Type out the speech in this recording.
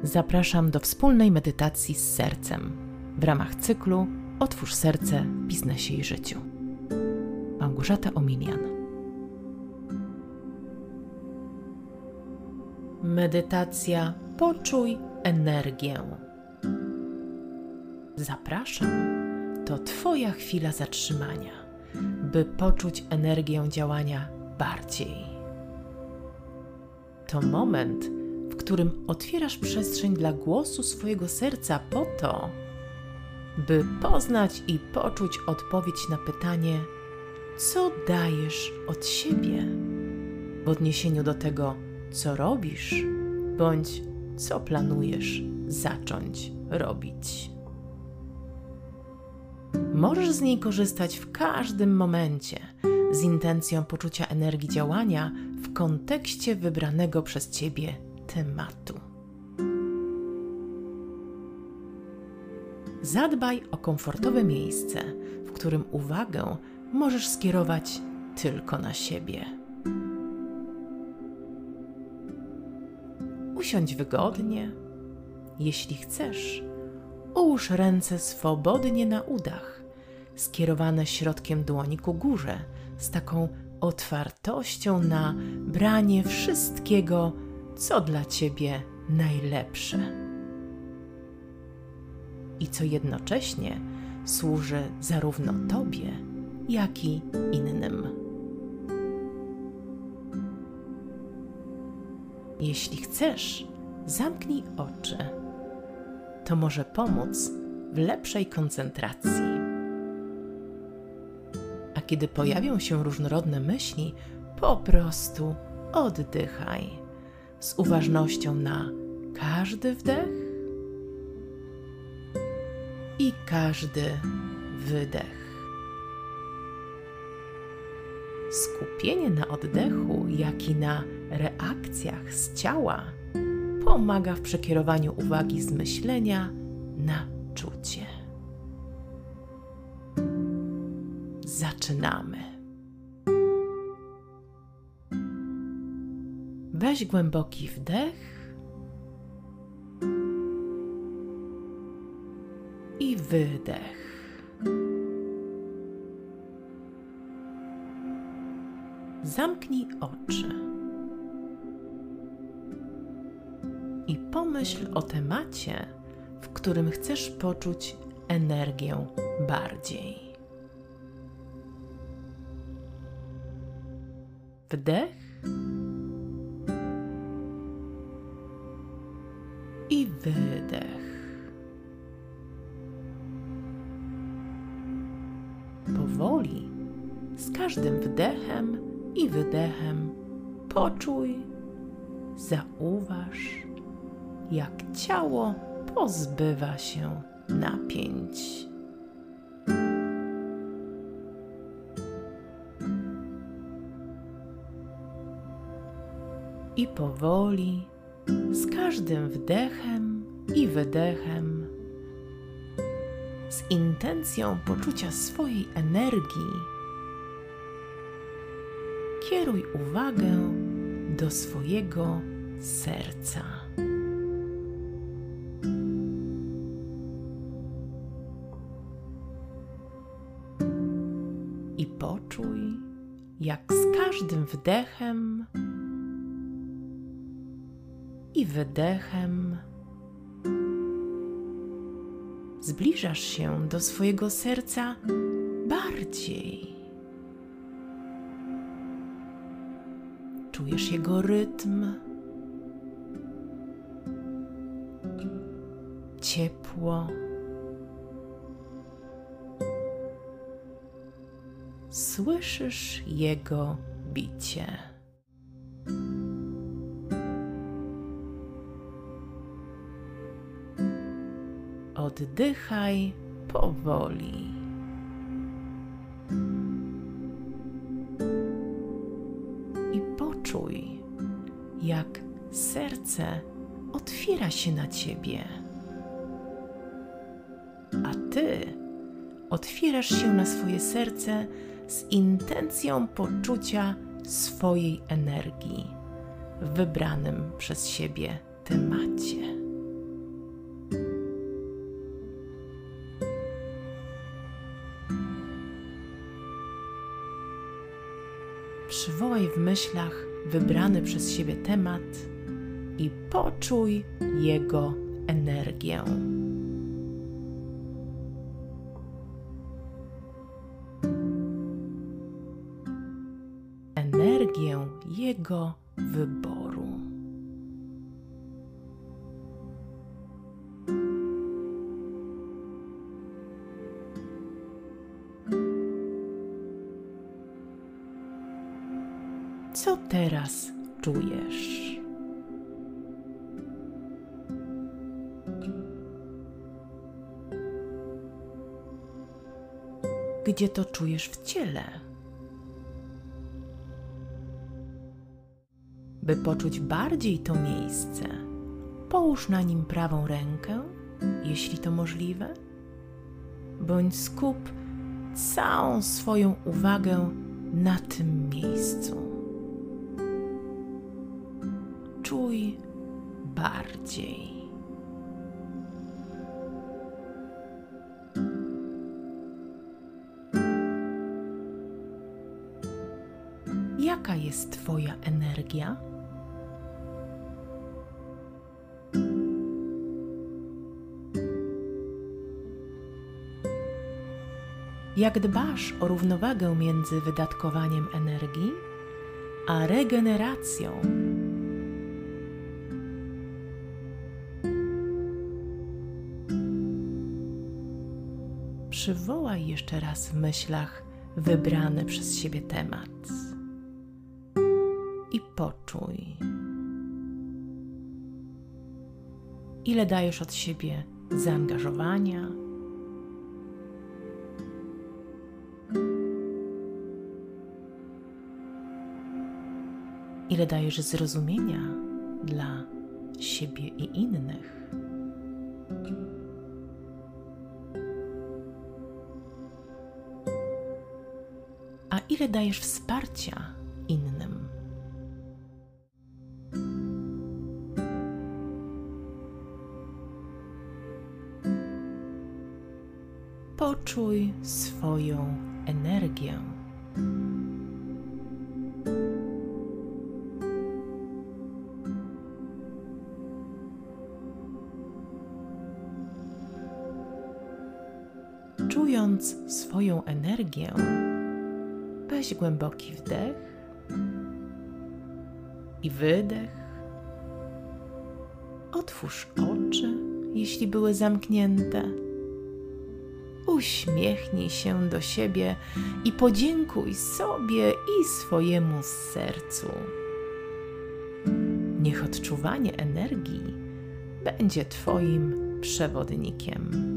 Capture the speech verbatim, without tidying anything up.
zapraszam do wspólnej medytacji z sercem w ramach cyklu Otwórz serce w biznesie i życiu. Małgorzata Omilian. Medytacja Poczuj energię. Zapraszam, to Twoja chwila zatrzymania, by poczuć energię działania bardziej. To moment, w którym otwierasz przestrzeń dla głosu swojego serca po to, by poznać i poczuć odpowiedź na pytanie, co dajesz od siebie w odniesieniu do tego, co robisz, bądź co planujesz zacząć robić. Możesz z niej korzystać w każdym momencie z intencją poczucia energii działania w kontekście wybranego przez Ciebie tematu. Zadbaj o komfortowe miejsce, w którym uwagę możesz skierować tylko na siebie. Usiądź wygodnie. Jeśli chcesz, ułóż ręce swobodnie na udach, skierowane środkiem dłoni ku górze, z taką otwartością na branie wszystkiego, co dla Ciebie najlepsze i co jednocześnie służy zarówno Tobie, jak i innym. Jeśli chcesz, zamknij oczy. To może pomóc w lepszej koncentracji. A kiedy pojawią się różnorodne myśli, po prostu oddychaj z uważnością na każdy wdech i każdy wydech. Skupienie na oddechu, jak i na reakcjach z ciała pomaga w przekierowaniu uwagi z myślenia na czucie. Zaczynamy. Weź głęboki wdech i wydech. Zamknij oczy i pomyśl o temacie, w którym chcesz poczuć energię bardziej. Wdech i wydech. Powoli, z każdym wdechem i wydechem poczuj, zauważ, jak ciało pozbywa się napięć. I powoli, z każdym wdechem i wydechem, z intencją poczucia swojej energii, kieruj uwagę do swojego serca. I poczuj, jak z każdym wdechem i wydechem zbliżasz się do swojego serca bardziej. Czujesz jego rytm, ciepło, słyszysz jego bicie. Oddychaj powoli. I poczuj, jak serce otwiera się na Ciebie, a Ty otwierasz się na swoje serce z intencją poczucia swojej energii w wybranym przez siebie temacie. Przywołaj w myślach wybrany przez siebie temat i poczuj jego energię. Energię jego wyboru. Co teraz czujesz? Gdzie to czujesz w ciele? By poczuć bardziej to miejsce, połóż na nim prawą rękę, jeśli to możliwe, bądź skup całą swoją uwagę na tym miejscu. Czuj bardziej. Jaka jest Twoja energia? Jak dbasz o równowagę między wydatkowaniem energii a regeneracją? Przywołaj jeszcze raz w myślach wybrany przez siebie temat i poczuj, ile dajesz od siebie zaangażowania, ile dajesz zrozumienia dla siebie i innych. A ile dajesz wsparcia innym? Poczuj swoją energię. Czując swoją energię, weź głęboki wdech i wydech. Otwórz oczy, jeśli były zamknięte. Uśmiechnij się do siebie i podziękuj sobie i swojemu sercu. Niech odczuwanie energii będzie Twoim przewodnikiem.